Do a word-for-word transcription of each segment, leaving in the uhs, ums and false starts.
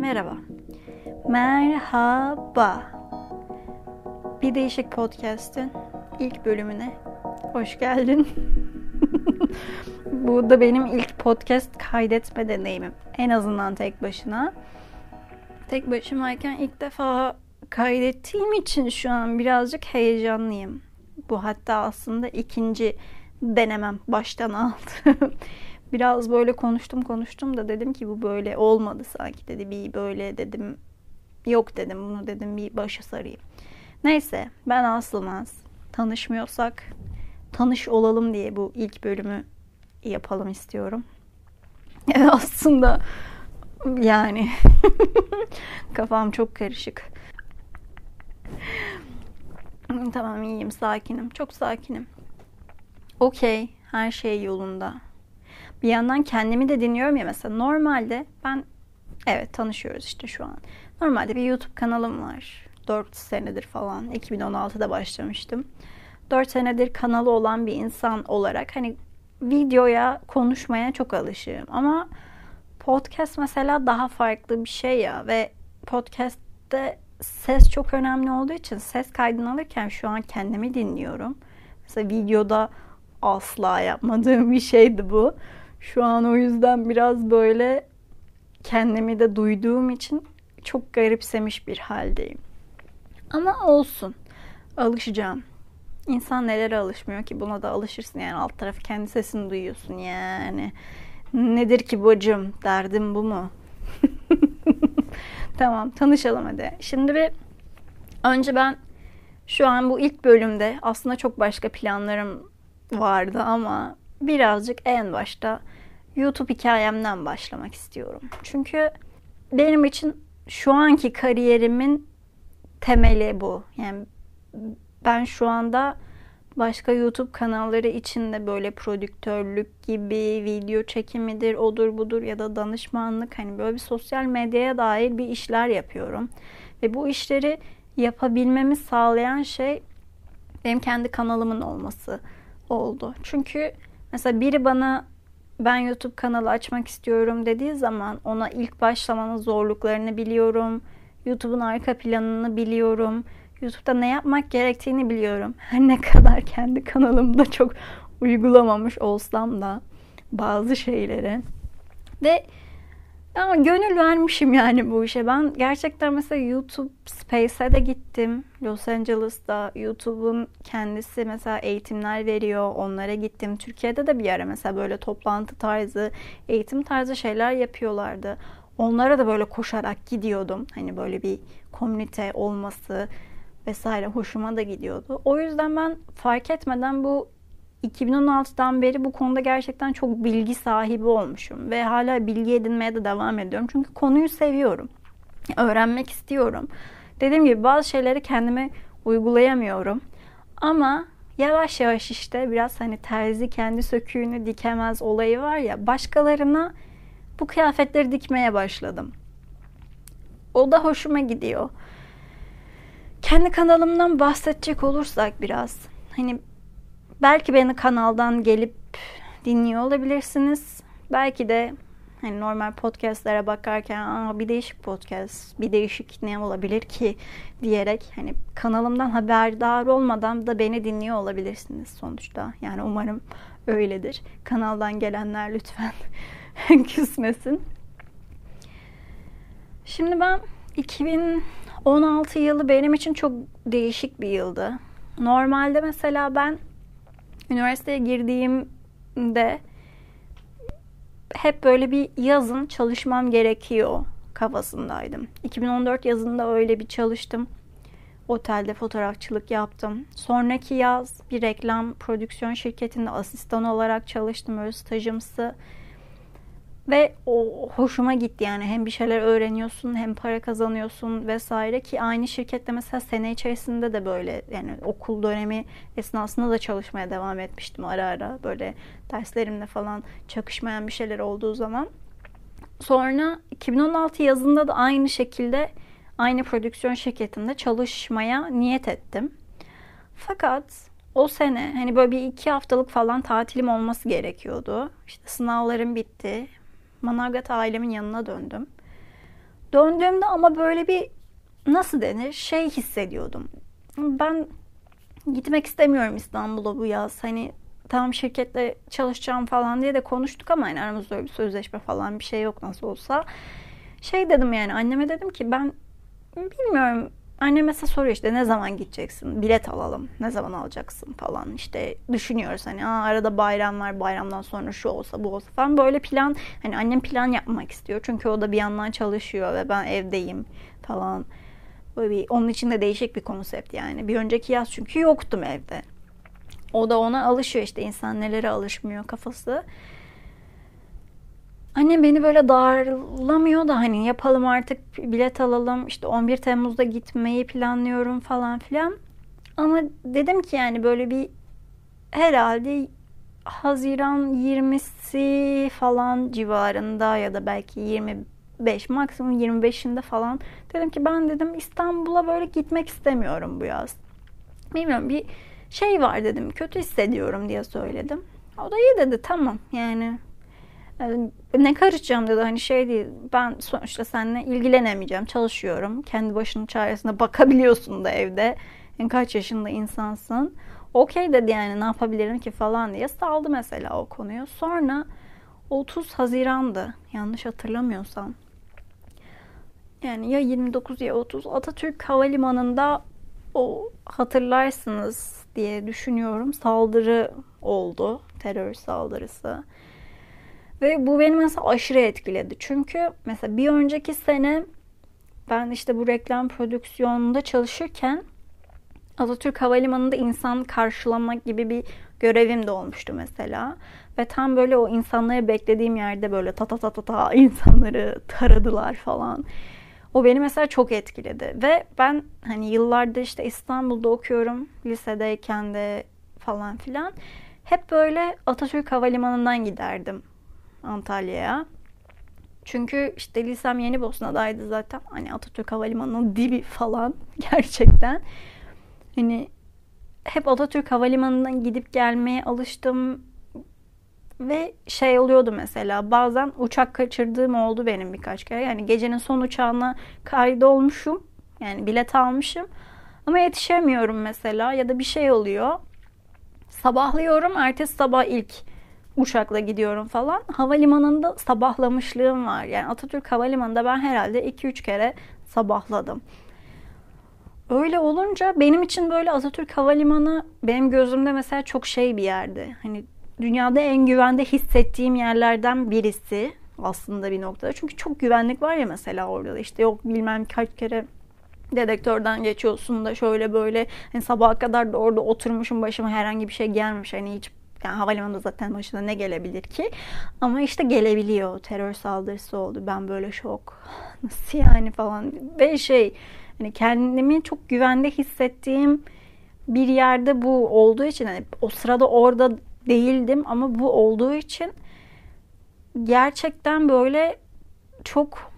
Merhaba. Merhaba. Bir Değişik Podcast'in ilk bölümüne hoş geldin. Bu da benim ilk podcast kaydetme deneyimim. En azından tek başına. Tek başımayken ilk defa kaydettiğim için şu an birazcık heyecanlıyım. Bu hatta aslında ikinci denemem baştan aldım. Biraz böyle konuştum konuştum da dedim ki bu böyle olmadı sanki dedi. Bir böyle dedim yok dedim bunu dedim bir başa sarayım. Neyse ben Aslı Naz. Tanışmıyorsak tanış olalım diye bu ilk bölümü yapalım istiyorum. Aslında yani kafam çok karışık. Tamam iyiyim sakinim çok sakinim. Okey her şey yolunda. Bir yandan kendimi de dinliyorum ya mesela normalde ben evet tanışıyoruz işte şu an. Normalde bir YouTube kanalım var. dört senedir falan iki bin on altıda başlamıştım. dört senedir kanalı olan bir insan olarak hani videoya konuşmaya çok alışığım. Ama podcast mesela daha farklı bir şey ya ve podcast'te ses çok önemli olduğu için ses kaydını alırken şu an kendimi dinliyorum. Mesela videoda asla yapmadığım bir şeydi bu. Şu an o yüzden biraz böyle kendimi de duyduğum için çok garipsemiş bir haldeyim. Ama olsun. Alışacağım. İnsan nelere alışmıyor ki buna da alışırsın yani alt tarafı kendi sesini duyuyorsun yani. Nedir ki bacım? Derdim bu mu? Tamam tanışalım hadi. Şimdi bir önce ben şu an bu ilk bölümde aslında çok başka planlarım vardı ama birazcık en başta YouTube hikayemden başlamak istiyorum. Çünkü benim için şu anki kariyerimin temeli bu. Yani ben şu anda başka YouTube kanalları içinde böyle prodüktörlük gibi video çekimidir, odur budur ya da danışmanlık hani böyle bir sosyal medyaya dair bir işler yapıyorum. Ve bu işleri yapabilmemi sağlayan şey benim kendi kanalımın olması oldu. Çünkü mesela biri bana ben YouTube kanalı açmak istiyorum dediği zaman ona ilk başlamanın zorluklarını biliyorum. YouTube'un arka planını biliyorum. YouTube'da ne yapmak gerektiğini biliyorum. Her ne kadar kendi kanalımda çok uygulamamış olsam da bazı şeyleri. Ve ama gönül vermişim yani bu işe. Ben gerçekten mesela YouTube Space'e de gittim. Los Angeles'ta YouTube'un kendisi mesela eğitimler veriyor. Onlara gittim. Türkiye'de de bir ara mesela böyle toplantı tarzı, eğitim tarzı şeyler yapıyorlardı. Onlara da böyle koşarak gidiyordum. Hani böyle bir komünite olması vesaire hoşuma da gidiyordu. O yüzden ben fark etmeden bu iki bin on altıdan beri bu konuda gerçekten çok bilgi sahibi olmuşum. Ve hala bilgi edinmeye de devam ediyorum. Çünkü konuyu seviyorum. Öğrenmek istiyorum. Dediğim gibi bazı şeyleri kendime uygulayamıyorum. Ama yavaş yavaş işte biraz hani terzi kendi söküğünü dikemez olayı var ya. Başkalarına bu kıyafetleri dikmeye başladım. O da hoşuma gidiyor. Kendi kanalımdan bahsedecek olursak biraz. Hani belki beni kanaldan gelip dinliyor olabilirsiniz. Belki de hani normal podcastlere bakarken Aa, bir değişik podcast, bir değişik ne olabilir ki diyerek hani kanalımdan haberdar olmadan da beni dinliyor olabilirsiniz sonuçta. Yani umarım öyledir. Kanaldan gelenler lütfen küsmesin. Şimdi ben iki bin on altı yılı benim için çok değişik bir yıldı. Normalde mesela ben üniversiteye girdiğimde hep böyle bir yazın çalışmam gerekiyor kafasındaydım. iki bin on dört yazında öyle bir çalıştım. Otelde fotoğrafçılık yaptım. Sonraki yaz bir reklam prodüksiyon şirketinde asistan olarak çalıştım. Öyle stajımsı. Ve o hoşuma gitti yani hem bir şeyler öğreniyorsun hem para kazanıyorsun vesaire ki aynı şirkette mesela sene içerisinde de böyle yani okul dönemi esnasında da çalışmaya devam etmiştim ara ara böyle derslerimle falan çakışmayan bir şeyler olduğu zaman. Sonra iki bin on altı yazında da aynı şekilde aynı prodüksiyon şirketinde çalışmaya niyet ettim. Fakat o sene hani böyle bir iki haftalık falan tatilim olması gerekiyordu. İşte sınavlarım bitti. Manavgat ailemin yanına döndüm. Döndüğümde ama böyle bir, nasıl denir, şey hissediyordum. Ben gitmek istemiyorum İstanbul'a bu yaz. Hani tamam, şirketle çalışacağım falan diye de konuştuk ama hani aramızda öyle bir sözleşme falan bir şey yok nasıl olsa. Şey dedim yani, anneme dedim ki ben bilmiyorum. Annem mesela soruyor işte, ne zaman gideceksin? Bilet alalım. Ne zaman alacaksın falan. İşte düşünüyoruz hani, aa, arada bayram var. Bayramdan sonra şu olsa bu olsa falan. Böyle plan, hani annem plan yapmak istiyor. Çünkü o da bir yandan çalışıyor ve ben evdeyim falan. Böyle bir, onun için de değişik bir konsept yani. Bir önceki yaz çünkü yoktum evde. O da ona alışıyor işte, insan nelere alışmıyor kafası. Annem beni böyle darlamıyor da hani yapalım artık, bilet alalım, işte on bir Temmuz'da gitmeyi planlıyorum falan filan. Ama dedim ki yani böyle bir, herhalde Haziran yirmisi falan civarında ya da belki yirmi beş, maksimum yirmi beşinde falan dedim ki ben dedim İstanbul'a böyle gitmek istemiyorum bu yaz. Bilmiyorum, bir şey var dedim, kötü hissediyorum diye söyledim. O da iyi dedi, tamam yani. Yani ne karışacağım dedi, hani şey değil, ben sonuçta seninle ilgilenemeyeceğim, çalışıyorum, kendi başının çaresine bakabiliyorsun da evde, yani kaç yaşında insansın, okey dedi yani, ne yapabilirim ki falan diye saldı mesela o konuyu. Sonra otuz Haziran'dı yanlış hatırlamıyorsam, yani ya yirmi dokuz ya otuz, Atatürk Havalimanı'nda, o hatırlarsınız diye düşünüyorum, saldırı oldu, terör saldırısı. Ve bu beni mesela aşırı etkiledi. Çünkü mesela bir önceki sene ben işte bu reklam prodüksiyonunda çalışırken Atatürk Havalimanı'nda insan karşılamak gibi bir görevim de olmuştu mesela. Ve tam böyle o insanları beklediğim yerde böyle ta ta ta ta ta insanları taradılar falan. O beni mesela çok etkiledi. Ve ben hani yıllardır işte İstanbul'da okuyorum, lisedeyken de falan filan. Hep böyle Atatürk Havalimanı'ndan giderdim Antalya'ya. Çünkü işte lisem Yenibosna'daydı zaten. Hani Atatürk Havalimanı'nın dibi falan gerçekten. Hani hep Atatürk Havalimanı'ndan gidip gelmeye alıştım. Ve şey oluyordu mesela, bazen uçak kaçırdığım oldu benim birkaç kere. Yani gecenin son uçağına kaydolmuşum. Yani bilet almışım. Ama yetişemiyorum mesela, ya da bir şey oluyor. Sabahlıyorum, ertesi sabah ilk uçakla gidiyorum falan. Havalimanında sabahlamışlığım var. Yani Atatürk Havalimanı'nda ben herhalde iki üç kere sabahladım. Öyle olunca benim için böyle Atatürk Havalimanı benim gözümde mesela çok şey bir yerdi. Hani dünyada en güvende hissettiğim yerlerden birisi aslında bir noktada. Çünkü çok güvenlik var ya mesela orada da, işte yok bilmem kaç kere dedektörden geçiyorsun da şöyle böyle, hani sabaha kadar da orada oturmuşum, başıma herhangi bir şey gelmiş, hani hiç, yani havalimanında zaten başına ne gelebilir ki, ama işte gelebiliyor. Terör saldırısı oldu, ben böyle şok, nasıl yani falan, ve şey, hani kendimi çok güvende hissettiğim bir yerde bu olduğu için, hani o sırada orada değildim ama bu olduğu için gerçekten böyle çok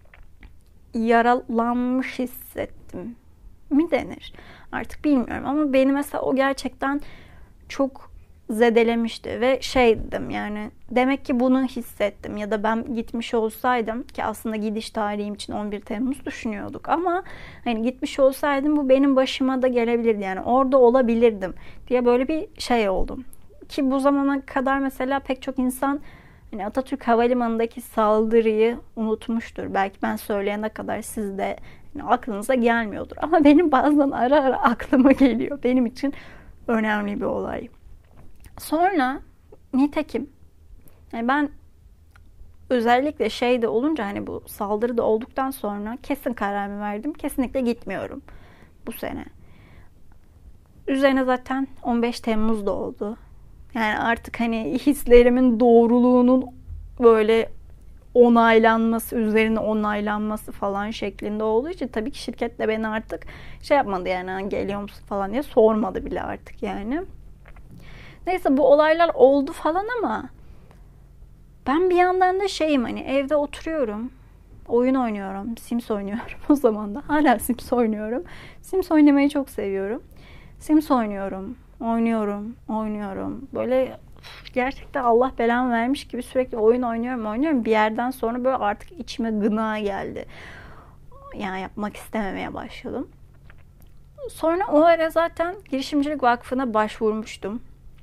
yaralanmış hissettim mi denir, artık bilmiyorum, ama beni mesela o gerçekten çok zedelemişti ve şey dedim yani, demek ki bunu hissettim, ya da ben gitmiş olsaydım, ki aslında gidiş tarihim için on bir Temmuz düşünüyorduk, ama hani gitmiş olsaydım bu benim başıma da gelebilirdi, yani orada olabilirdim diye böyle bir şey oldum. Ki bu zamana kadar mesela pek çok insan hani Atatürk Havalimanı'ndaki saldırıyı unutmuştur. Belki ben söyleyene kadar siz de yani aklınıza gelmiyordur. Ama benim bazen ara ara aklıma geliyor. Benim için önemli bir olay. Sonra nitekim yani ben özellikle şeyde olunca, hani bu saldırı da olduktan sonra kesin kararımı verdim. Kesinlikle gitmiyorum bu sene. Üzerine zaten on beş Temmuz'da oldu. Yani artık hani hislerimin doğruluğunun böyle onaylanması, üzerine onaylanması falan şeklinde olduğu için tabii ki şirket de beni artık şey yapmadı, yani geliyor musun falan diye sormadı bile artık yani. Neyse, bu olaylar oldu falan ama ben bir yandan da şeyim, hani evde oturuyorum, oyun oynuyorum, Sims oynuyorum o zaman da hala Sims oynuyorum. Sims oynamayı çok seviyorum. Sims oynuyorum. oynuyorum, oynuyorum. Böyle gerçekten Allah belamı vermiş gibi sürekli oyun oynuyorum, oynuyorum. Bir yerden sonra böyle artık içime gına geldi. Yani yapmak istememeye başladım. Sonra o ara zaten Girişimcilik Vakfı'na başvurmuştum.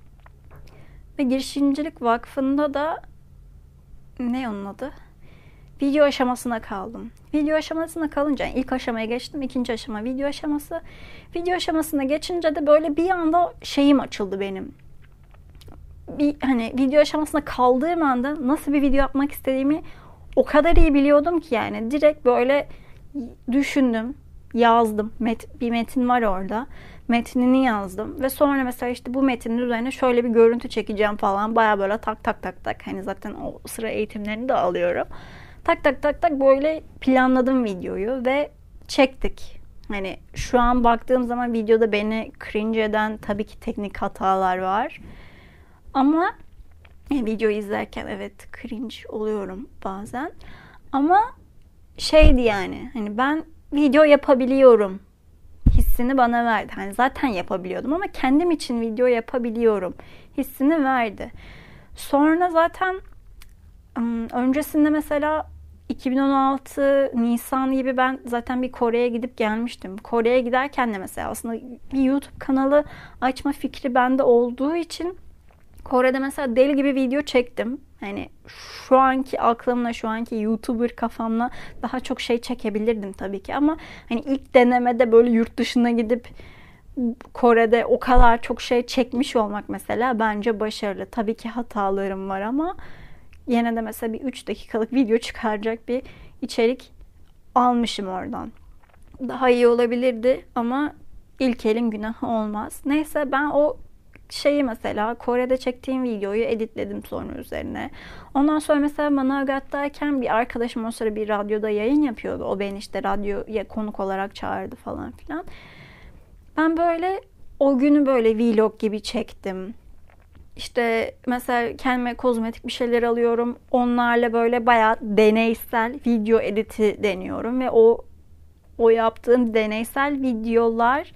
Ve Girişimcilik Vakfı'nda da ne onun adı? Video aşamasına kaldım. Video aşamasına kalınca ilk aşamaya geçtim. İkinci aşama video aşaması. Video aşamasına geçince de böyle bir anda şeyim açıldı benim. Bir hani video aşamasına kaldığım anda nasıl bir video yapmak istediğimi o kadar iyi biliyordum ki yani direkt böyle düşündüm, yazdım. Met, bir metin var orada. Metnini yazdım ve sonra mesela işte bu metnin üzerine şöyle bir görüntü çekeceğim falan. Baya böyle tak tak tak tak. Hani zaten o sıra eğitimlerini de alıyorum. Tak tak tak tak böyle planladım videoyu ve çektik. Hani şu an baktığım zaman videoda beni cringe eden tabii ki teknik hatalar var. Ama yani videoyu izlerken evet cringe oluyorum bazen. Ama şeydi yani hani ben video yapabiliyorum hissini bana verdi. Hani zaten yapabiliyordum ama kendim için video yapabiliyorum hissini verdi. Sonra zaten öncesinde mesela iki bin on altı Nisan gibi ben zaten bir Kore'ye gidip gelmiştim. Kore'ye giderken de mesela aslında bir YouTube kanalı açma fikri bende olduğu için Kore'de mesela deli gibi video çektim. Hani şu anki aklımla, şu anki YouTuber kafamla daha çok şey çekebilirdim tabii ki ama hani ilk denemede böyle yurt dışına gidip Kore'de o kadar çok şey çekmiş olmak mesela bence başarılı. Tabii ki hatalarım var ama yine de mesela bir üç dakikalık video çıkaracak bir içerik almışım oradan. Daha iyi olabilirdi ama ilk elin günahı olmaz. Neyse ben o şeyi mesela Kore'de çektiğim videoyu editledim sonra üzerine. Ondan sonra mesela Manavgat'tayken bir arkadaşım o sıra bir radyoda yayın yapıyordu. O beni işte radyoya konuk olarak çağırdı falan filan. Ben böyle o günü böyle vlog gibi çektim. İşte mesela kendime kozmetik bir şeyler alıyorum. Onlarla böyle bayağı deneysel video editi deniyorum ve o o yaptığım deneysel videolar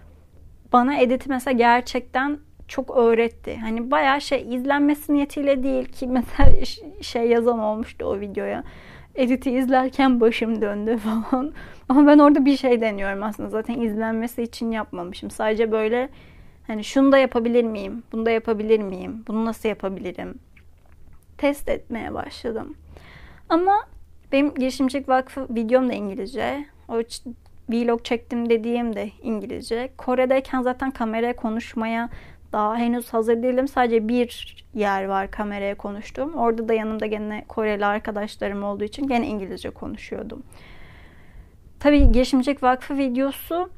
bana editi mesela gerçekten çok öğretti. Hani bayağı şey izlenmesi niyetiyle değil ki mesela şey yazan olmuştu o videoya. Editi izlerken başım döndü falan. Ama ben orada bir şey deniyorum aslında. Zaten izlenmesi için yapmamışım. Sadece böyle hani şunu da yapabilir miyim? Bunu da yapabilir miyim? Bunu nasıl yapabilirim? Test etmeye başladım. Ama benim Girişimcilik Vakfı videom da İngilizce. O vlog çektim dediğim de İngilizce. Kore'deyken zaten kameraya konuşmaya daha henüz hazır değilim. Sadece bir yer var kameraya konuştuğum. Orada da yanımda gene Koreli arkadaşlarım olduğu için gene İngilizce konuşuyordum. Tabii Girişimcilik Vakfı videosu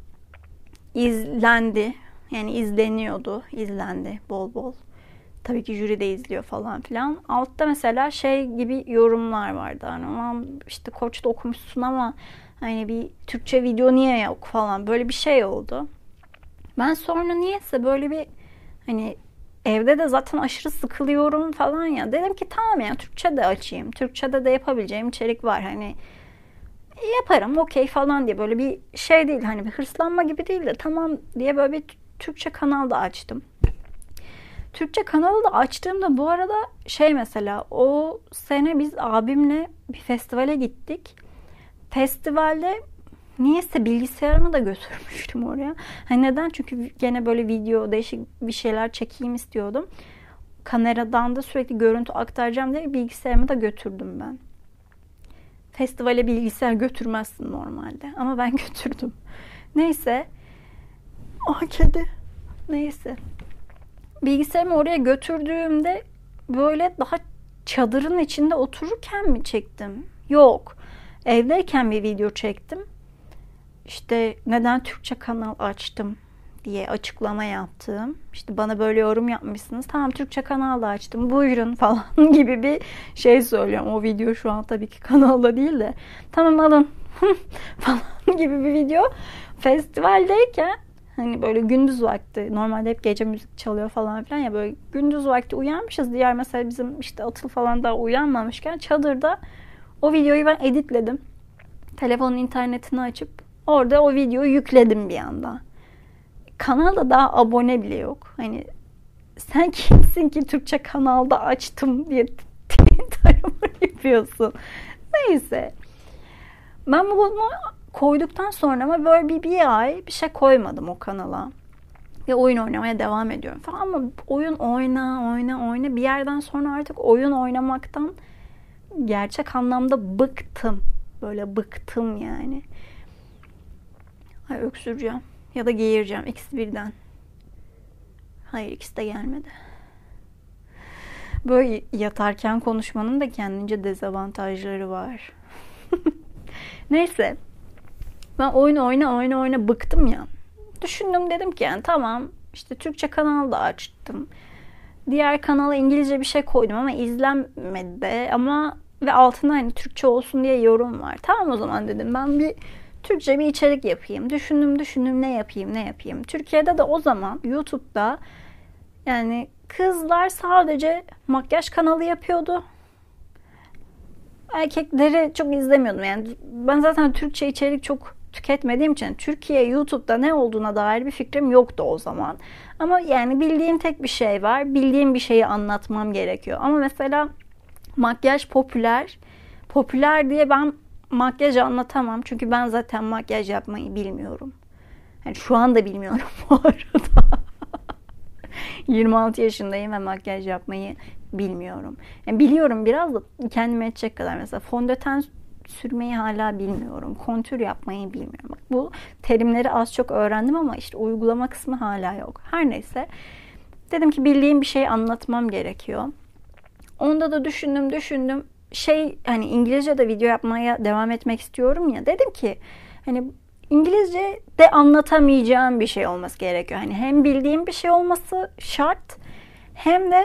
izlendi. Yani izleniyordu. İzlendi bol bol. Tabii ki jüri de izliyor falan filan. Altta mesela şey gibi yorumlar vardı. Hani aman işte Koç'ta okumuşsun ama hani bir Türkçe video niye yok falan. Böyle bir şey oldu. Ben sonra niyeyse böyle bir hani evde de zaten aşırı sıkılıyorum falan ya. Dedim ki tamam ya Türkçe de açayım. Türkçe'de de yapabileceğim içerik var. Hani yaparım okey falan diye böyle bir şey değil. Hani bir hırslanma gibi değil de tamam diye böyle bir Türkçe kanal da açtım. Türkçe kanalı da açtığımda bu arada şey mesela o sene biz abimle bir festivale gittik. Festivalde niyeyse bilgisayarımı da götürmüştüm oraya. Hani neden? Çünkü gene böyle video değişik bir şeyler çekeyim istiyordum. Kameradan da sürekli görüntü aktaracağım diye bilgisayarımı da götürdüm ben. Festivale bilgisayar götürmezsin normalde. Ama ben götürdüm. Neyse. Ah kedi. Neyse. Bilgisayarımı oraya götürdüğümde böyle daha çadırın içinde otururken mi çektim? Yok. Evdeyken bir video çektim. İşte neden Türkçe kanal açtım diye açıklama yaptım. İşte bana böyle yorum yapmışsınız. Tamam Türkçe kanal da açtım. Buyurun falan gibi bir şey söylüyorum. O video şu an tabii ki kanalda değil de. Tamam alın falan gibi bir video. Festivaldeyken hani böyle gündüz vakti normalde hep gece müzik çalıyor falan filan ya böyle gündüz vakti uyanmışız. Diğer mesela bizim işte Atıl falan daha uyanmamışken çadırda o videoyu ben editledim. Telefonun internetini açıp orada o videoyu yükledim bir anda. kanalda daha abone bile yok. Hani sen kimsin ki Türkçe kanalda açtım diye tarama yapıyorsun. Neyse. Ben bunu koyduktan sonra ama böyle bir, bir ay bir şey koymadım o kanala. Ve oyun oynamaya devam ediyorum falan ama oyun oyna oyna oyna bir yerden sonra artık oyun oynamaktan gerçek anlamda bıktım. Böyle bıktım yani. Ay öksüreceğim ya da geğireceğim ikisi birden. Hayır ikisi de gelmedi. Böyle yatarken konuşmanın da kendince dezavantajları var. Neyse. Ben oyun oyna oyna oyna bıktım ya. Düşündüm dedim ki yani tamam işte Türkçe kanal da açtım. Diğer kanala İngilizce bir şey koydum ama izlenmedi ama ve altında hani Türkçe olsun diye yorum var. Tamam o zaman dedim ben bir Türkçe bir içerik yapayım. Düşündüm düşündüm ne yapayım ne yapayım. Türkiye'de de o zaman YouTube'da yani kızlar sadece makyaj kanalı yapıyordu. Erkekleri çok izlemiyordum. Yani ben zaten Türkçe içerik çok tüketmediğim için Türkiye YouTube'da ne olduğuna dair bir fikrim yoktu o zaman. Ama yani bildiğim tek bir şey var. Bildiğim bir şeyi anlatmam gerekiyor. Ama mesela makyaj popüler. Popüler diye ben makyaj anlatamam. Çünkü ben zaten makyaj yapmayı bilmiyorum. Yani şu anda bilmiyorum bu arada. yirmi altı yaşındayım ve makyaj yapmayı bilmiyorum. Yani biliyorum biraz da kendime yetecek kadar. Mesela fondöten sürmeyi hala bilmiyorum. Kontür yapmayı bilmiyorum. Bak, bu terimleri az çok öğrendim ama işte uygulama kısmı hala yok. Her neyse. Dedim ki bildiğim bir şeyi anlatmam gerekiyor. Onda da düşündüm düşündüm. Şey hani İngilizce de video yapmaya devam etmek istiyorum ya. Dedim ki hani İngilizce de anlatamayacağım bir şey olması gerekiyor. Hani hem bildiğim bir şey olması şart hem de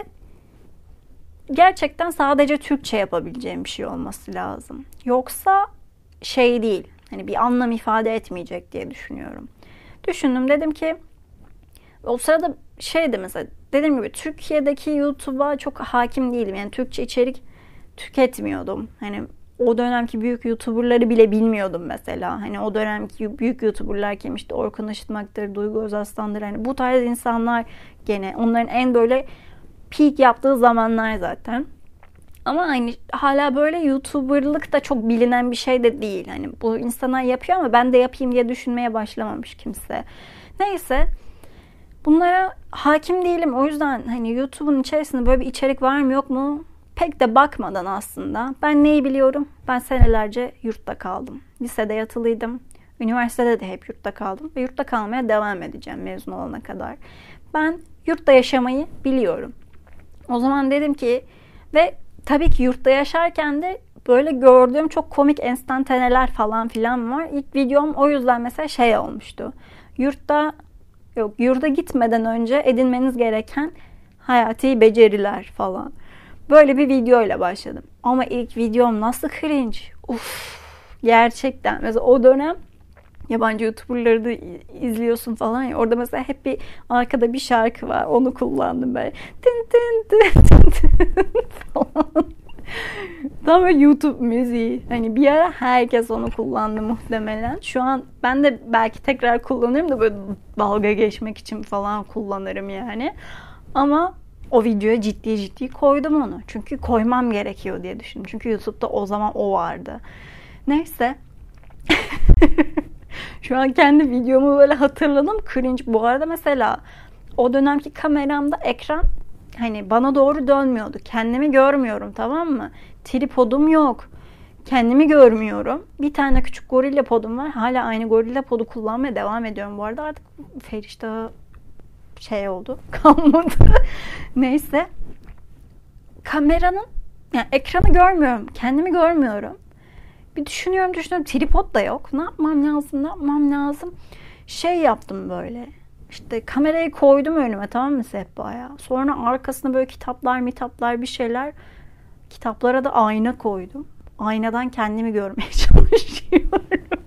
gerçekten sadece Türkçe yapabileceğim bir şey olması lazım. Yoksa şey değil. Hani bir anlam ifade etmeyecek diye düşünüyorum. Düşündüm dedim ki o sırada şeydi mesela dediğim gibi Türkiye'deki YouTube'a çok hakim değilim. Yani Türkçe içerik tüketmiyordum. Hani o dönemki büyük YouTuber'ları bile bilmiyordum mesela. Hani o dönemki büyük YouTuber'lar kim işte Orkun Işıtmak'tır, Duygu Özaslan'dır. Hani bu tarz insanlar gene onların en böyle peak yaptığı zamanlar zaten. Ama hani hala böyle YouTuber'lık da çok bilinen bir şey de değil. Hani bu insanlar yapıyor ama ben de yapayım diye düşünmeye başlamamış kimse. Neyse. Bunlara hakim değilim. O yüzden hani YouTube'un içerisinde böyle bir içerik var mı yok mu? Pek de bakmadan aslında. Ben neyi biliyorum? Ben senelerce yurtta kaldım. Lisede yatılıydım. Üniversitede de hep yurtta kaldım. Ve yurtta kalmaya devam edeceğim mezun olana kadar. Ben yurtta yaşamayı biliyorum. O zaman dedim ki ve tabii ki yurtta yaşarken de böyle gördüğüm çok komik enstantaneler falan filan var. İlk videom o yüzden mesela şey olmuştu. Yurtta yok yurda gitmeden önce edinmeniz gereken hayati beceriler falan. Böyle bir videoyla başladım. Ama ilk videom nasıl cringe. Uf, gerçekten. Mesela o dönem yabancı YouTuber'ları da izliyorsun falan ya. Orada mesela hep bir arkada bir şarkı var. Onu kullandım böyle. Tın tın tın tın tın falan. Tam böyle YouTube müziği. Hani bir ara herkes onu kullandı muhtemelen. Şu an ben de belki tekrar kullanırım da böyle dalga geçmek için falan kullanırım yani. Ama o videoya ciddi ciddi koydum onu. Çünkü koymam gerekiyor diye düşündüm. Çünkü YouTube'da o zaman o vardı. Neyse. Şu an kendi videomu böyle hatırladım. Cringe. Bu arada mesela o dönemki kameramda ekran hani bana doğru dönmüyordu. Kendimi görmüyorum, tamam mı? Tripodum yok. Kendimi görmüyorum. Bir tane küçük gorilla podum var. Hala aynı gorilla podu kullanmaya devam ediyorum bu arada. Artık Feriştah'a şey oldu. Kalmadı. Neyse. Kameranın yani ekranı görmüyorum. Kendimi görmüyorum. Bir düşünüyorum düşünüyorum. Tripod da yok. Ne yapmam lazım? Ne yapmam lazım? Şey yaptım böyle. İşte kamerayı koydum önüme, tamam mı, sehpaya. Sonra arkasına böyle kitaplar mitaplar bir şeyler. Kitaplara da ayna koydum. Aynadan kendimi görmeye çalışıyorum.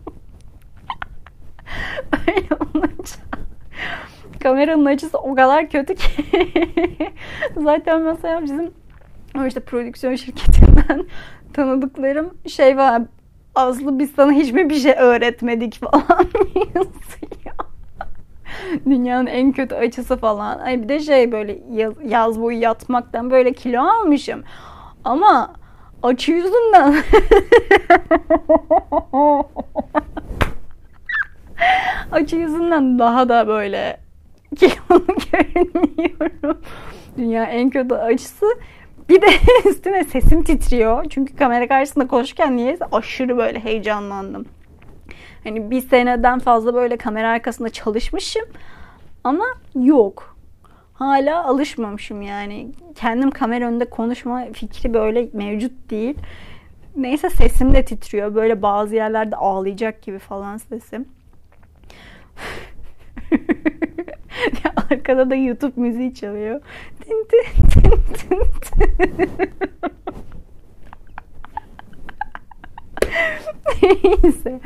Öyle olunca kameranın açısı o kadar kötü ki. Zaten mesela bizim o işte prodüksiyon şirketinden tanıdıklarım şey var. Aslı biz sana hiçbir bir şey öğretmedik falan yazıyor. Dünyanın en kötü açısı falan. Ay bir de şey böyle yaz, yaz boyu yatmaktan böyle kilo almışım. Ama açı yüzünden açı yüzünden daha da böyle kilolu görünüyorum. Dünya en kötü açısı. Bir de üstüne sesim titriyor. Çünkü kamera karşısında konuşurken niyeyse aşırı böyle heyecanlandım. Hani bir seneden fazla böyle kamera arkasında çalışmışım. Ama yok. Hala alışmamışım yani. Kendim kamera önünde konuşma fikri böyle mevcut değil. Neyse sesim de titriyor. Böyle bazı yerlerde ağlayacak gibi falan sesim. Ya arkada da YouTube müziği çalıyor. Tin tin tin tin tin. Neyse.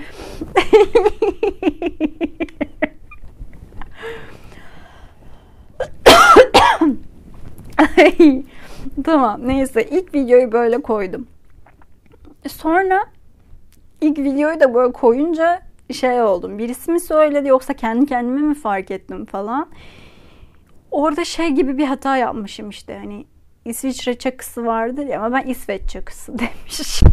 Ay, tamam neyse ilk videoyu böyle koydum. Sonra ilk videoyu da böyle koyunca şey oldum. Birisi mi söyledi yoksa kendi kendime mi fark ettim falan. Orada şey gibi bir hata yapmışım işte. Hani İsviçre çakısı vardır ya ama ben İsveç çakısı demişim.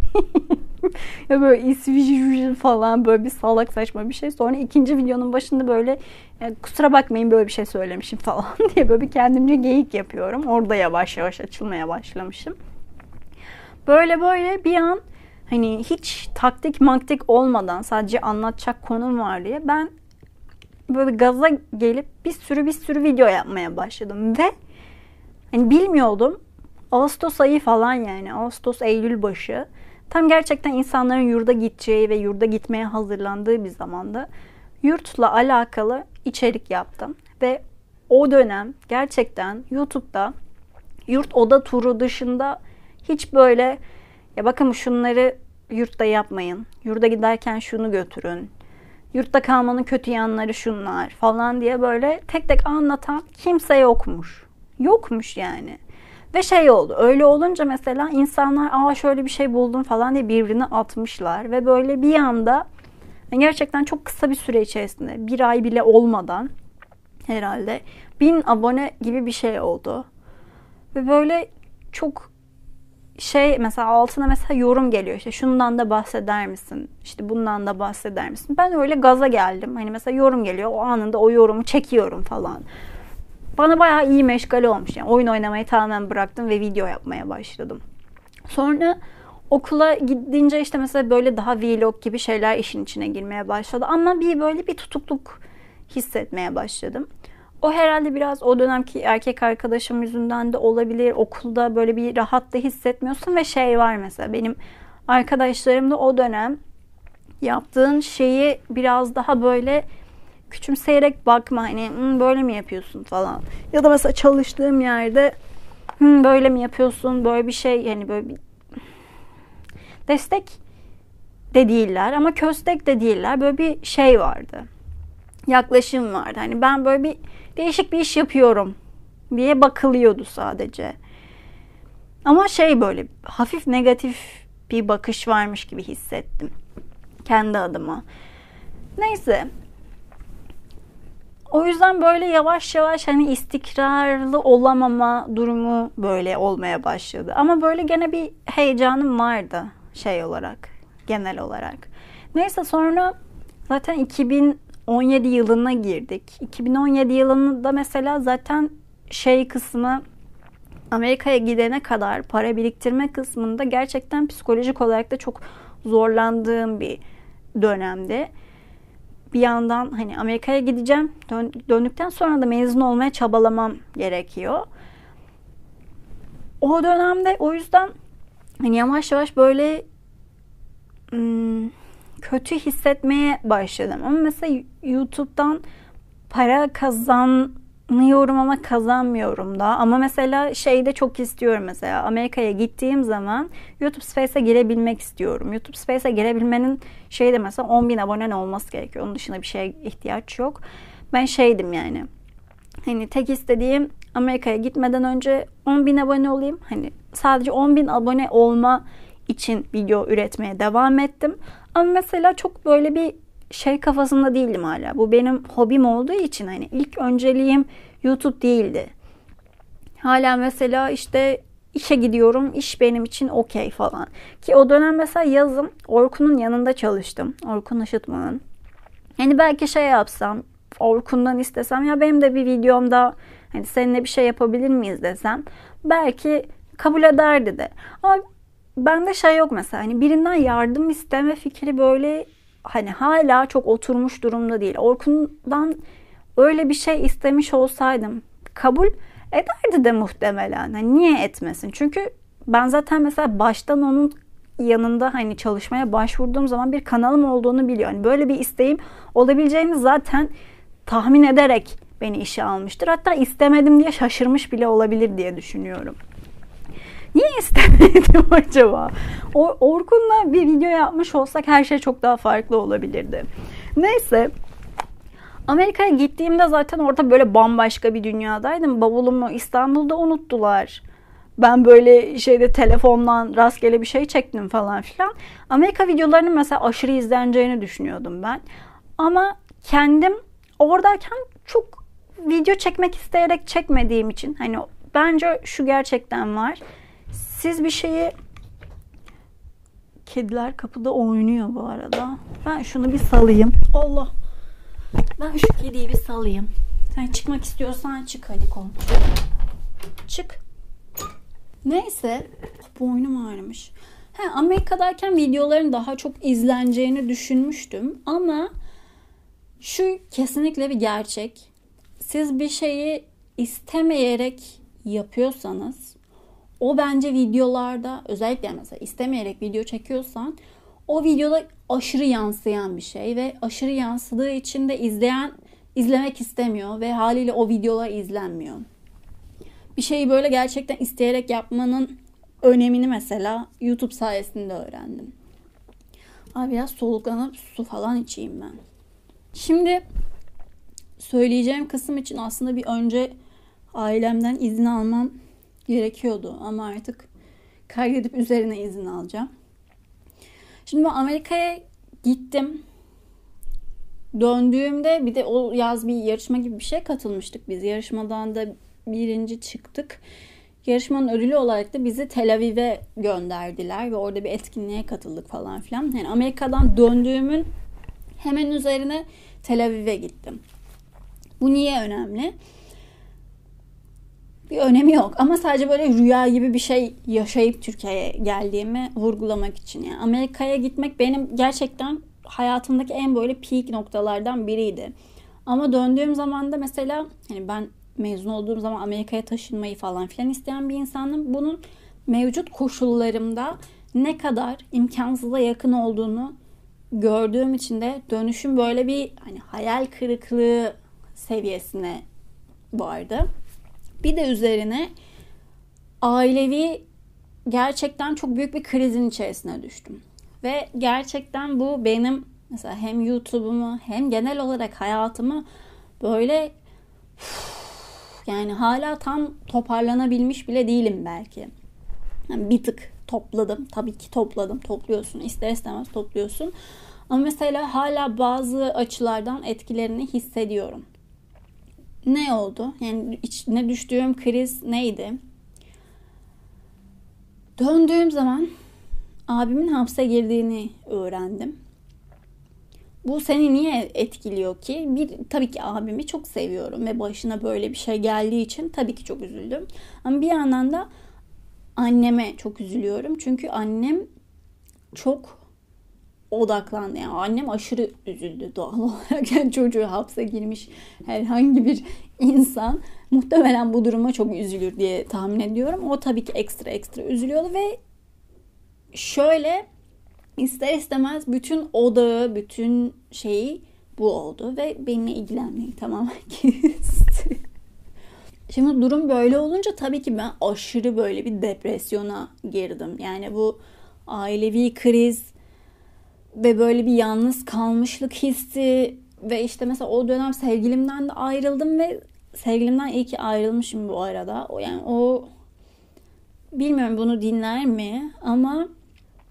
Ya böyle İsviçre falan böyle bir salak saçma bir şey. Sonra ikinci videonun başında böyle yani kusura bakmayın böyle bir şey söylemişim falan diye böyle bir kendimce geyik yapıyorum. Orada yavaş yavaş açılmaya başlamışım. Böyle böyle bir an hani hiç taktik maktik olmadan sadece anlatacak konum var diye ben böyle gaza gelip bir sürü bir sürü video yapmaya başladım ve hani bilmiyordum. Ağustos ayı falan yani. Ağustos Eylül başı. Tam gerçekten insanların yurda gideceği ve yurda gitmeye hazırlandığı bir zamanda yurtla alakalı içerik yaptım. Ve o dönem gerçekten YouTube'da yurt oda turu dışında hiç böyle ya bakın şunları yurtta yapmayın. Yurda giderken şunu götürün. Yurtta kalmanın kötü yanları şunlar falan diye böyle tek tek anlatan kimse yokmuş. Yokmuş yani. Ve şey oldu. Öyle olunca mesela insanlar aa şöyle bir şey buldum falan diye birbirine atmışlar. Ve böyle bir anda gerçekten çok kısa bir süre içerisinde bir ay bile olmadan herhalde bin abone gibi bir şey oldu. Ve böyle çok şey mesela altına mesela yorum geliyor işte şundan da bahseder misin? İşte bundan da bahseder misin? Ben öyle gaza geldim. Hani mesela yorum geliyor o anında o yorumu çekiyorum falan. Bana bayağı iyi meşgale olmuş. Yani oyun oynamayı tamamen bıraktım ve video yapmaya başladım. Sonra okula gidince işte mesela böyle daha vlog gibi şeyler işin içine girmeye başladı. Ama bir böyle bir tutukluk hissetmeye başladım. O herhalde biraz o dönemki erkek arkadaşım yüzünden de olabilir. Okulda böyle bir rahat da hissetmiyorsun ve şey var mesela benim arkadaşlarım da o dönem yaptığın şeyi biraz daha böyle küçümseyerek bakma hani böyle mi yapıyorsun falan. Ya da mesela çalıştığım yerde böyle mi yapıyorsun böyle bir şey yani böyle bir destek de değiller ama köstek de değiller. Böyle bir şey vardı. Yaklaşım vardı. Hani ben böyle bir değişik bir iş yapıyorum diye bakılıyordu sadece. Ama şey böyle hafif negatif bir bakış varmış gibi hissettim. Kendi adıma. Neyse. O yüzden böyle yavaş yavaş hani istikrarlı olamama durumu böyle olmaya başladı. Ama böyle gene bir heyecanım vardı şey olarak, genel olarak. Neyse sonra zaten iki bin on yedi yılına girdik. iki bin on yedi yılında mesela zaten şey kısmı Amerika'ya gidene kadar para biriktirme kısmında gerçekten psikolojik olarak da çok zorlandığım bir dönemdi. Bir yandan hani Amerika'ya gideceğim. Dön, döndükten sonra da mezun olmaya çabalamam gerekiyor. O dönemde o yüzden hani yavaş yavaş böyle ım, kötü hissetmeye başladım. Ama mesela YouTube'dan para kazanıyorum ama kazanmıyorum da. Ama mesela şey de çok istiyorum mesela. Amerika'ya gittiğim zaman YouTube Space'e girebilmek istiyorum. YouTube Space'e girebilmenin şey de mesela on bin abonen olması gerekiyor. Onun dışında bir şeye ihtiyaç yok. Ben şeydim yani. Hani tek istediğim Amerika'ya gitmeden önce on bin abone olayım. Hani sadece on bin abone olma için video üretmeye devam ettim. Ama mesela çok böyle bir şey kafasında değildim hala. Bu benim hobim olduğu için hani ilk önceliğim YouTube değildi. Hala mesela işte işe gidiyorum, iş benim için okey falan. Ki o dönem mesela yazım Orkun'un yanında çalıştım. Orkun Işıtma'nın. Hani belki şey yapsam, Orkun'dan istesem ya benim de bir videomda hani seninle bir şey yapabilir miyiz desem belki kabul ederdi de. Ama bende şey yok mesela hani birinden yardım isteme fikri böyle hani hala çok oturmuş durumda değil. Orkun'dan öyle bir şey istemiş olsaydım kabul ederdi de muhtemelen. Hani niye etmesin? Çünkü ben zaten mesela baştan onun yanında hani çalışmaya başvurduğum zaman bir kanalım olduğunu biliyor. Hani böyle bir isteğim olabileceğini zaten tahmin ederek beni işe almıştır. Hatta istemedim diye şaşırmış bile olabilir diye düşünüyorum. Niye istemedim acaba? O, Orkun'la bir video yapmış olsak her şey çok daha farklı olabilirdi. Neyse. Amerika'ya gittiğimde zaten orada böyle bambaşka bir dünyadaydım. Bavulumu İstanbul'da unuttular. Ben böyle şeyde telefondan rastgele bir şey çektim falan filan. Amerika videolarının mesela aşırı izleneceğini düşünüyordum ben. Ama kendim oradayken çok video çekmek isteyerek çekmediğim için hani bence şu gerçekten var. Siz bir şeyi... Kediler kapıda oynuyor bu arada. Ben şunu bir salayım. Allah. Ben şu kediyi bir salayım. Sen çıkmak istiyorsan çık hadi komşu. Çık. Neyse. Boynum ağrımış. He, Amerika'dayken videoların daha çok izleneceğini düşünmüştüm. Ama şu kesinlikle bir gerçek. Siz bir şeyi istemeyerek yapıyorsanız o bence videolarda özellikle mesela istemeyerek video çekiyorsan o videoda aşırı yansıyan bir şey ve aşırı yansıdığı için de izleyen izlemek istemiyor ve haliyle o videolar izlenmiyor. Bir şeyi böyle gerçekten isteyerek yapmanın önemini mesela YouTube sayesinde öğrendim. Abi biraz soluklanıp su falan içeyim ben. Şimdi söyleyeceğim kısım için aslında bir önce ailemden izin almam gerekiyordu ama artık kaydedip üzerine izin alacağım. Şimdi ben Amerika'ya gittim. Döndüğümde bir de o yaz bir yarışma gibi bir şey katılmıştık biz. Yarışmadan da birinci çıktık. Yarışmanın ödülü olarak da bizi Tel Aviv'e gönderdiler ve orada bir etkinliğe katıldık falan filan. Yani Amerika'dan döndüğümün hemen üzerine Tel Aviv'e gittim. Bu niye önemli? Bir önemi yok ama sadece böyle rüya gibi bir şey yaşayıp Türkiye'ye geldiğimi vurgulamak için. Yani Amerika'ya gitmek benim gerçekten hayatımdaki en böyle peak noktalardan biriydi. Ama döndüğüm zaman da mesela hani ben mezun olduğum zaman Amerika'ya taşınmayı falan filan isteyen bir insanım. Bunun mevcut koşullarımda ne kadar imkansıza yakın olduğunu gördüğüm için de dönüşüm böyle bir hani hayal kırıklığı seviyesine vardı. Bir de üzerine ailevi gerçekten çok büyük bir krizin içerisine düştüm. Ve gerçekten bu benim mesela hem YouTube'umu hem genel olarak hayatımı böyle yani hala tam toparlanabilmiş bile değilim belki. Yani bir tık topladım. Tabii ki topladım. Topluyorsun. İster istemez topluyorsun. Ama mesela hala bazı açılardan etkilerini hissediyorum. Ne oldu? Yani içine düştüğüm kriz neydi? Döndüğüm zaman abimin hapse girdiğini öğrendim. Bu seni niye etkiliyor ki? Bir, tabii ki abimi çok seviyorum ve başına böyle bir şey geldiği için tabii ki çok üzüldüm. Ama bir yandan da anneme çok üzülüyorum. Çünkü annem çok odaklandı. Yani annem aşırı üzüldü doğal olarak. Yani çocuğu hapse girmiş herhangi bir insan muhtemelen bu duruma çok üzülür diye tahmin ediyorum. O tabii ki ekstra ekstra üzülüyordu ve şöyle ister istemez bütün odağı, bütün şeyi bu oldu ve benimle ilgilenmeyi tamamen kesti. Şimdi durum böyle olunca tabii ki ben aşırı böyle bir depresyona girdim. Yani bu ailevi kriz ve böyle bir yalnız kalmışlık hissi ve işte mesela o dönem sevgilimden de ayrıldım ve sevgilimden iyi ki ayrılmışım bu arada. O yani o bilmiyorum bunu dinler mi ama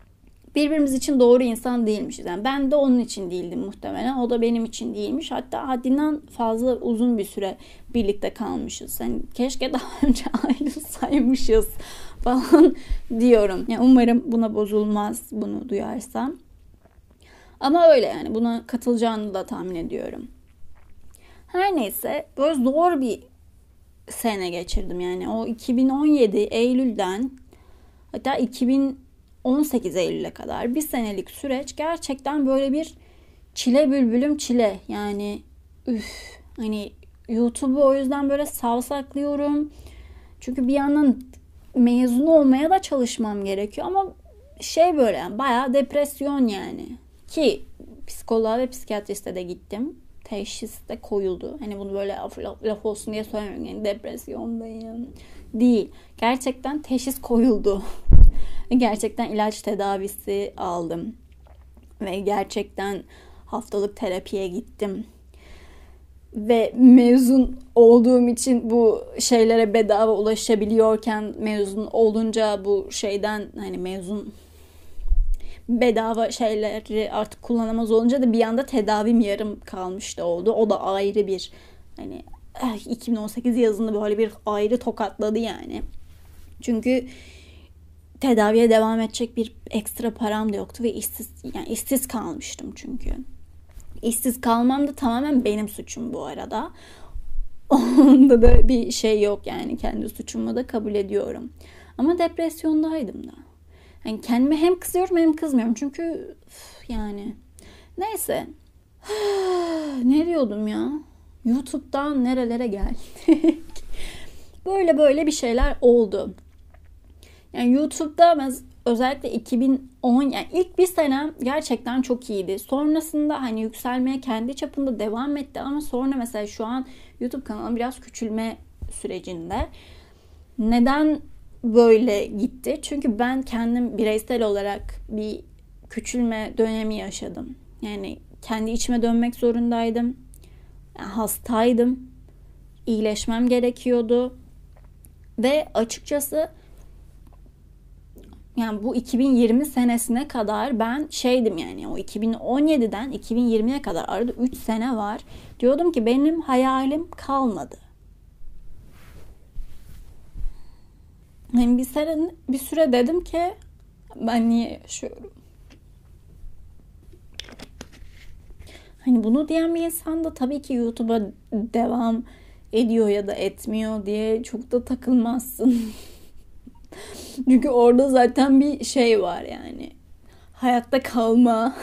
birbirimiz için doğru insan değilmişiz. Yani ben de onun için değildim muhtemelen. O da benim için değilmiş. Hatta haddinden fazla uzun bir süre birlikte kalmışız. Yani keşke daha önce ayrılsaymışız falan diyorum. Yani umarım buna bozulmaz bunu duyarsam. Ama öyle yani, buna katılacağını da tahmin ediyorum. Her neyse, böyle zor bir sene geçirdim yani. O iki bin on yedi Eylül'den hatta iki bin on sekiz Eylül'e kadar bir senelik süreç gerçekten böyle bir çile bülbülüm çile. Yani üf, hani YouTube'u o yüzden böyle savsaklıyorum. Çünkü bir yandan mezun olmaya da çalışmam gerekiyor ama şey böyle yani bayağı depresyon yani. Ki psikoloğa ve psikiyatriste de gittim. Teşhis de koyuldu. Hani bunu böyle laf, laf olsun diye söylemiyorum. Yani depresyondayım. Değil. Gerçekten teşhis koyuldu. Gerçekten ilaç tedavisi aldım. Ve gerçekten haftalık terapiye gittim. Ve mezun olduğum için bu şeylere bedava ulaşabiliyorken mezun olunca bu şeyden hani mezun bedava şeyleri artık kullanamaz olunca da bir anda tedavim yarım kalmış da oldu. O da ayrı bir hani iki bin on sekiz yazında böyle bir ayrı tokatladı yani. Çünkü tedaviye devam edecek bir ekstra param da yoktu ve işsiz yani işsiz kalmıştım çünkü. İşsiz kalmam da tamamen benim suçum bu arada. Onda da bir şey yok yani, kendi suçumu da kabul ediyorum. Ama depresyondaydım da. Yani kendime hem kızıyorum hem kızmıyorum. Çünkü yani neyse. Ne diyordum ya? YouTube'dan nerelere geldik? böyle böyle bir şeyler oldu. Yani YouTube'da özellikle iki bin on yani ilk bir sene gerçekten çok iyiydi. Sonrasında hani yükselmeye kendi çapında devam etti ama sonra mesela şu an YouTube kanalım biraz küçülme sürecinde. Neden böyle gitti? Çünkü ben kendim bireysel olarak bir küçülme dönemi yaşadım. Yani kendi içime dönmek zorundaydım. Yani hastaydım. İyileşmem gerekiyordu. Ve açıkçası yani bu iki bin yirmi senesine kadar ben şeydim yani, o iki bin on yediden iki bin yirmiye kadar arada üç sene var. Diyordum ki benim hayalim kalmadı. Yani bir süre, bir süre dedim ki ben niye yaşıyorum? Hani bunu diyen bir insan da tabii ki YouTube'a devam ediyor ya da etmiyor diye çok da takılmazsın. Çünkü orada zaten bir şey var yani. Hayatta kalma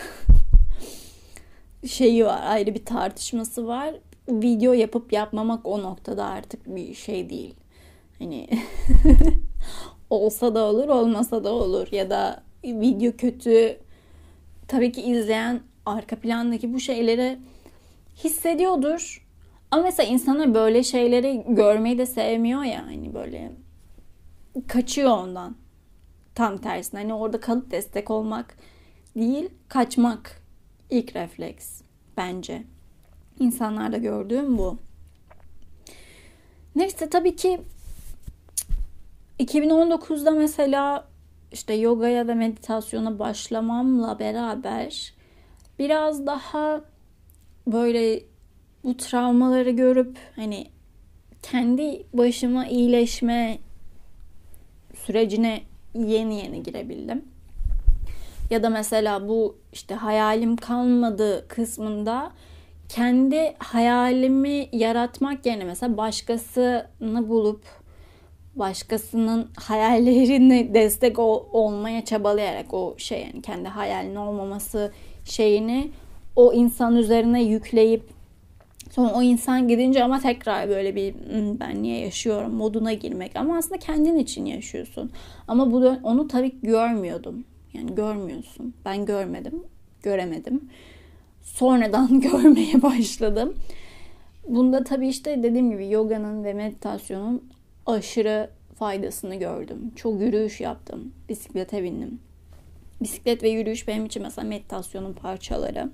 şeyi var. Ayrı bir tartışması var. Video yapıp yapmamak o noktada artık bir şey değil. Hani olsa da olur, olmasa da olur. Ya da video kötü. Tabii ki izleyen arka plandaki bu şeyleri hissediyordur. Ama mesela insanlar böyle şeyleri görmeyi de sevmiyor ya. Hani böyle kaçıyor ondan. Tam tersine. Hani orada kalıp destek olmak değil, kaçmak ilk refleks bence. İnsanlarda gördüğüm bu. Neyse tabii ki iki bin on dokuzda mesela işte yogaya ve meditasyona başlamamla beraber biraz daha böyle bu travmaları görüp hani kendi başıma iyileşme sürecine yeni yeni girebildim. Ya da mesela bu işte hayalim kalmadı kısmında kendi hayalimi yaratmak yerine mesela başkasını bulup başkasının hayallerine destek ol- olmaya çabalayarak o şey yani kendi hayalinin olmaması şeyini o insan üzerine yükleyip sonra o insan gidince ama tekrar böyle bir ben niye yaşıyorum moduna girmek. Ama aslında kendin için yaşıyorsun. Ama bu onu tabii görmüyordum. Yani görmüyorsun. Ben görmedim. Göremedim. Sonradan görmeye başladım. Bunda tabii işte dediğim gibi yoganın ve meditasyonun aşırı faydasını gördüm. Çok yürüyüş yaptım. Bisiklete bindim. Bisiklet ve yürüyüş benim için mesela meditasyonun parçaları.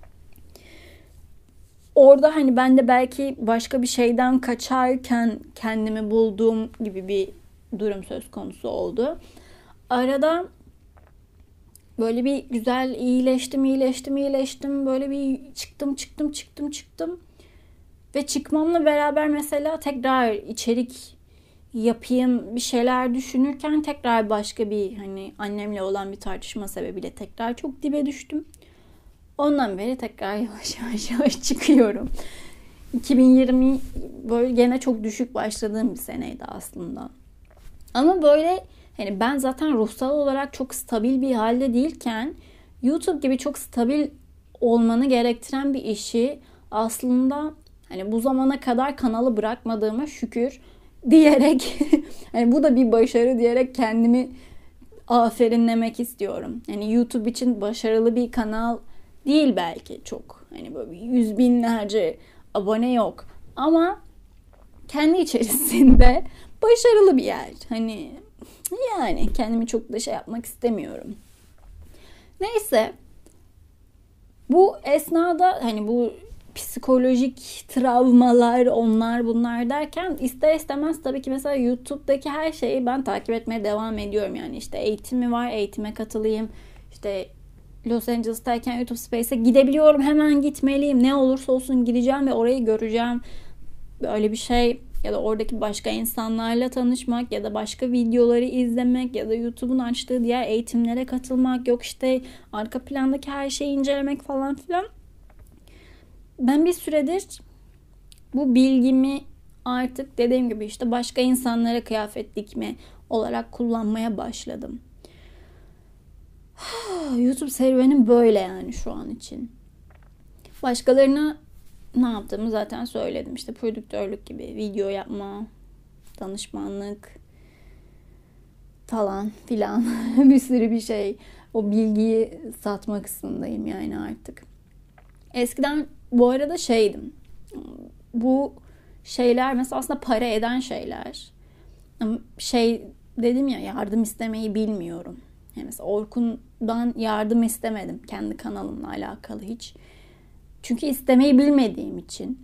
Orada hani ben de belki başka bir şeyden kaçarken kendimi bulduğum gibi bir durum söz konusu oldu. Arada Böyle bir güzel iyileştim, iyileştim, iyileştim. Böyle bir çıktım, çıktım, çıktım, çıktım. Ve çıkmamla beraber mesela tekrar içerik yapayım, bir şeyler düşünürken tekrar başka bir hani annemle olan bir tartışma sebebiyle tekrar çok dibe düştüm. Ondan beri tekrar yavaş yavaş yavaş çıkıyorum. iki bin yirmi böyle gene çok düşük başladığım bir seneydi aslında. Ama böyle hani ben zaten ruhsal olarak çok stabil bir halde değilken YouTube gibi çok stabil olmanı gerektiren bir işi aslında hani bu zamana kadar kanalı bırakmadığıma şükür diyerek hani bu da bir başarı diyerek kendimi aferinlemek istiyorum. Yani YouTube için başarılı bir kanal değil belki çok. Hani böyle yüz binlerce abone yok. Ama kendi içerisinde başarılı bir yer. Hani yani kendimi çok da şey yapmak istemiyorum. Neyse. Bu esnada hani bu psikolojik travmalar, onlar bunlar derken ister istemez tabii ki mesela YouTube'daki her şeyi ben takip etmeye devam ediyorum. Yani işte eğitimi var, eğitime katılayım. İşte Los Angeles'tayken YouTube Space'e gidebiliyorum, hemen gitmeliyim. Ne olursa olsun gideceğim ve orayı göreceğim. Böyle bir şey ya da oradaki başka insanlarla tanışmak ya da başka videoları izlemek ya da YouTube'un açtığı diğer eğitimlere katılmak, yok işte arka plandaki her şeyi incelemek falan filan. Ben bir süredir bu bilgimi artık dediğim gibi işte başka insanlara kıyafet dikme olarak kullanmaya başladım. YouTube serüvenim böyle yani şu an için. Başkalarına ne yaptığımı zaten söyledim. İşte prodüktörlük gibi, video yapma, danışmanlık falan filan bir sürü bir şey. O bilgiyi satma kısmındayım yani artık. Eskiden bu arada şeydim. Bu şeyler mesela aslında para eden şeyler. Şey dedim ya, yardım istemeyi bilmiyorum. Yani mesela Orkun'dan yardım istemedim kendi kanalımla alakalı hiç. Çünkü istemeyi bilmediğim için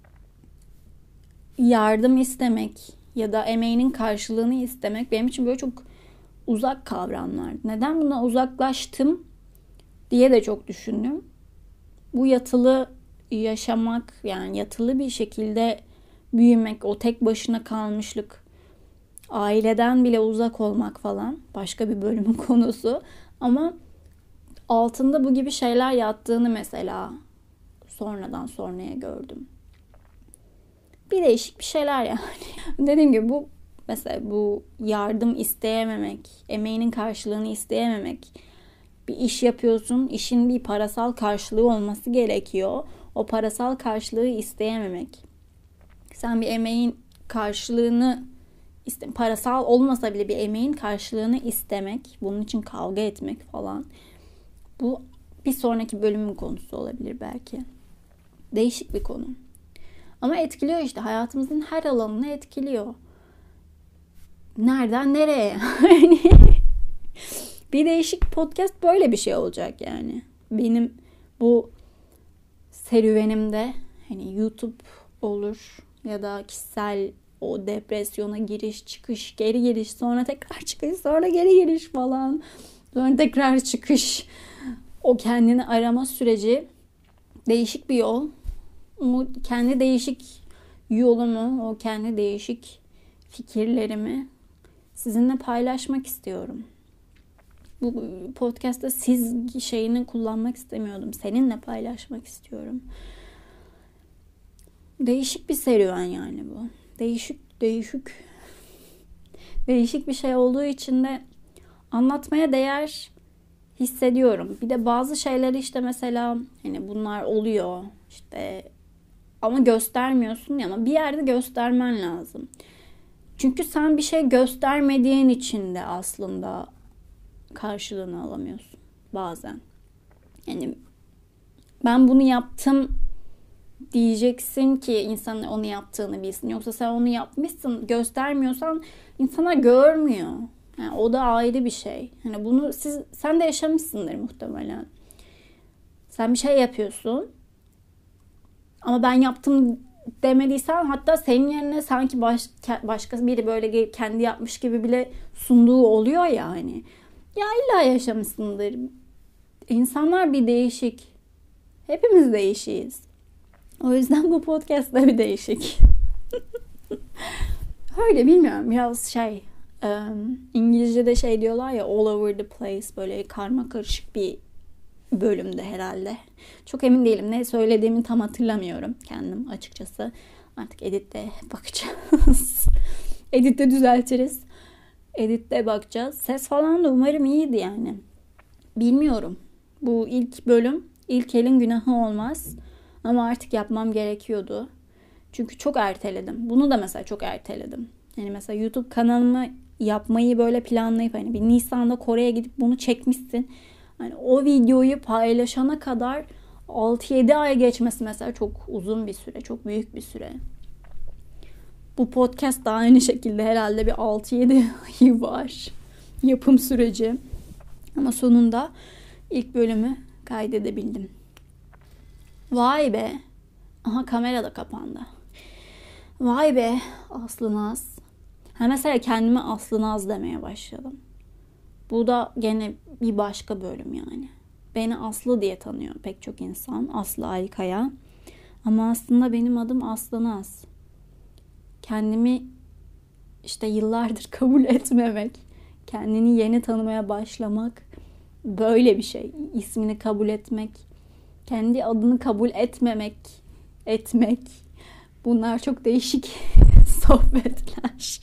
yardım istemek ya da emeğinin karşılığını istemek benim için böyle çok uzak kavramlar. Neden buna uzaklaştım diye de çok düşündüm. Bu yatılı yaşamak, yani yatılı bir şekilde büyümek, o tek başına kalmışlık, aileden bile uzak olmak falan başka bir bölümün konusu. Ama altında bu gibi şeyler yattığını mesela sonradan sonraya gördüm. Bir değişik bir şeyler yani. Dediğim gibi bu mesela bu yardım isteyememek, emeğinin karşılığını isteyememek. Bir iş yapıyorsun, işin bir parasal karşılığı olması gerekiyor. O parasal karşılığı isteyememek. Sen bir emeğin karşılığını iste, parasal olmasa bile bir emeğin karşılığını istemek, bunun için kavga etmek falan. Bu bir sonraki bölümün konusu olabilir belki. Değişik bir konu. Ama etkiliyor işte. Hayatımızın her alanını etkiliyor. Nereden nereye? Bir değişik podcast böyle bir şey olacak yani. Benim bu serüvenimde hani YouTube olur ya da kişisel o depresyona giriş, çıkış, geri giriş, sonra tekrar çıkış, sonra geri giriş falan. Sonra tekrar çıkış. O kendini arama süreci değişik bir yol. O kendi değişik yolumu, o kendi değişik fikirlerimi sizinle paylaşmak istiyorum. Bu podcast'ta siz şeyini kullanmak istemiyordum. Seninle paylaşmak istiyorum. Değişik bir serüven yani bu. Değişik, değişik. Değişik bir şey olduğu için de anlatmaya değer hissediyorum. Bir de bazı şeyleri işte mesela hani bunlar oluyor işte ama göstermiyorsun ya, ama bir yerde göstermen lazım. Çünkü sen bir şey göstermediğin için de aslında karşılığını alamıyorsun bazen. Yani ben bunu yaptım diyeceksin ki insan onu yaptığını bilsin. Yoksa sen onu yapmışsın, göstermiyorsan insanlar görmüyor. Yani o da ayrı bir şey. Yani bunu siz sen de yaşamışsındır muhtemelen. Sen bir şey yapıyorsun ama ben yaptım demediysen, hatta senin yerine sanki baş, başka biri böyle kendi yapmış gibi bile sunduğu oluyor ya hani. Ya illa yaşamışsındır. insanlar bir değişik. Hepimiz değişiyiz. O yüzden bu podcast da bir değişik. Öyle bilmiyorum. Biraz şey um, İngilizce'de şey diyorlar ya, all over the place, böyle karma karışık bir bölümde herhalde. Çok emin değilim. Ne söylediğimi tam hatırlamıyorum kendim açıkçası. Artık editte bakacağız. Editte düzeltiriz. Editte bakacağız. Ses falan da umarım iyiydi yani. Bilmiyorum. Bu ilk bölüm. İlk elin günahı olmaz. Ama artık yapmam gerekiyordu. Çünkü çok erteledim. Bunu da mesela çok erteledim. Yani mesela YouTube kanalımı yapmayı böyle planlayıp hani bir Nisan'da Kore'ye gidip bunu çekmişsin. Hani o videoyu paylaşana kadar altı yedi ay geçmesi mesela çok uzun bir süre. Çok büyük bir süre. Bu podcast da aynı şekilde herhalde bir altı yedi ayı var. Yapım süreci. Ama sonunda ilk bölümü kaydedebildim. Vay be. Aha, kamera da kapandı. Vay be Aslı Naz. Ha, mesela kendime Aslı Naz demeye başladım. Bu da gene bir başka bölüm yani. Beni Aslı diye tanıyor pek çok insan. Aslı Aykaya. Ama aslında benim adım Aslı Naz. Kendimi işte yıllardır kabul etmemek, kendini yeni tanımaya başlamak böyle bir şey. İsmini kabul etmek, kendi adını kabul etmemek, etmek. Bunlar çok değişik sohbetler.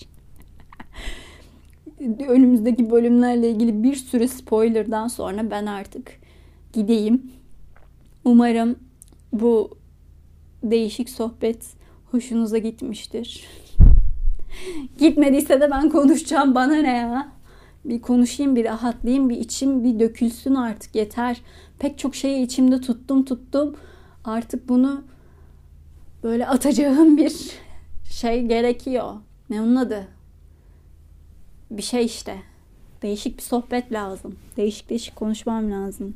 Önümüzdeki bölümlerle ilgili bir sürü spoilerdan sonra ben artık gideyim. Umarım bu değişik sohbet hoşunuza gitmiştir. Gitmediyse de ben konuşacağım. Bana ne ya? Bir konuşayım, bir rahatlayayım, bir içim bir dökülsün artık, yeter. Pek çok şeyi içimde tuttum tuttum. Artık bunu böyle atacağım bir şey gerekiyor. Ne onun adı? Bir şey işte. Değişik bir sohbet lazım. Değişik değişik konuşmam lazım.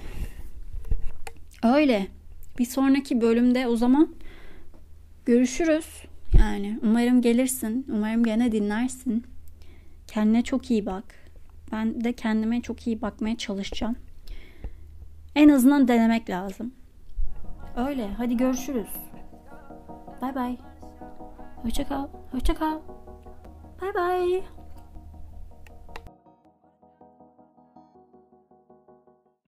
Öyle. Bir sonraki bölümde o zaman görüşürüz. Yani umarım gelirsin. Umarım gene dinlersin. Kendine çok iyi bak. Ben de kendime çok iyi bakmaya çalışacağım. En azından denemek lazım. Öyle. Hadi görüşürüz. Bye bye. Hoşça kal. Hoşça kal. Bye bye.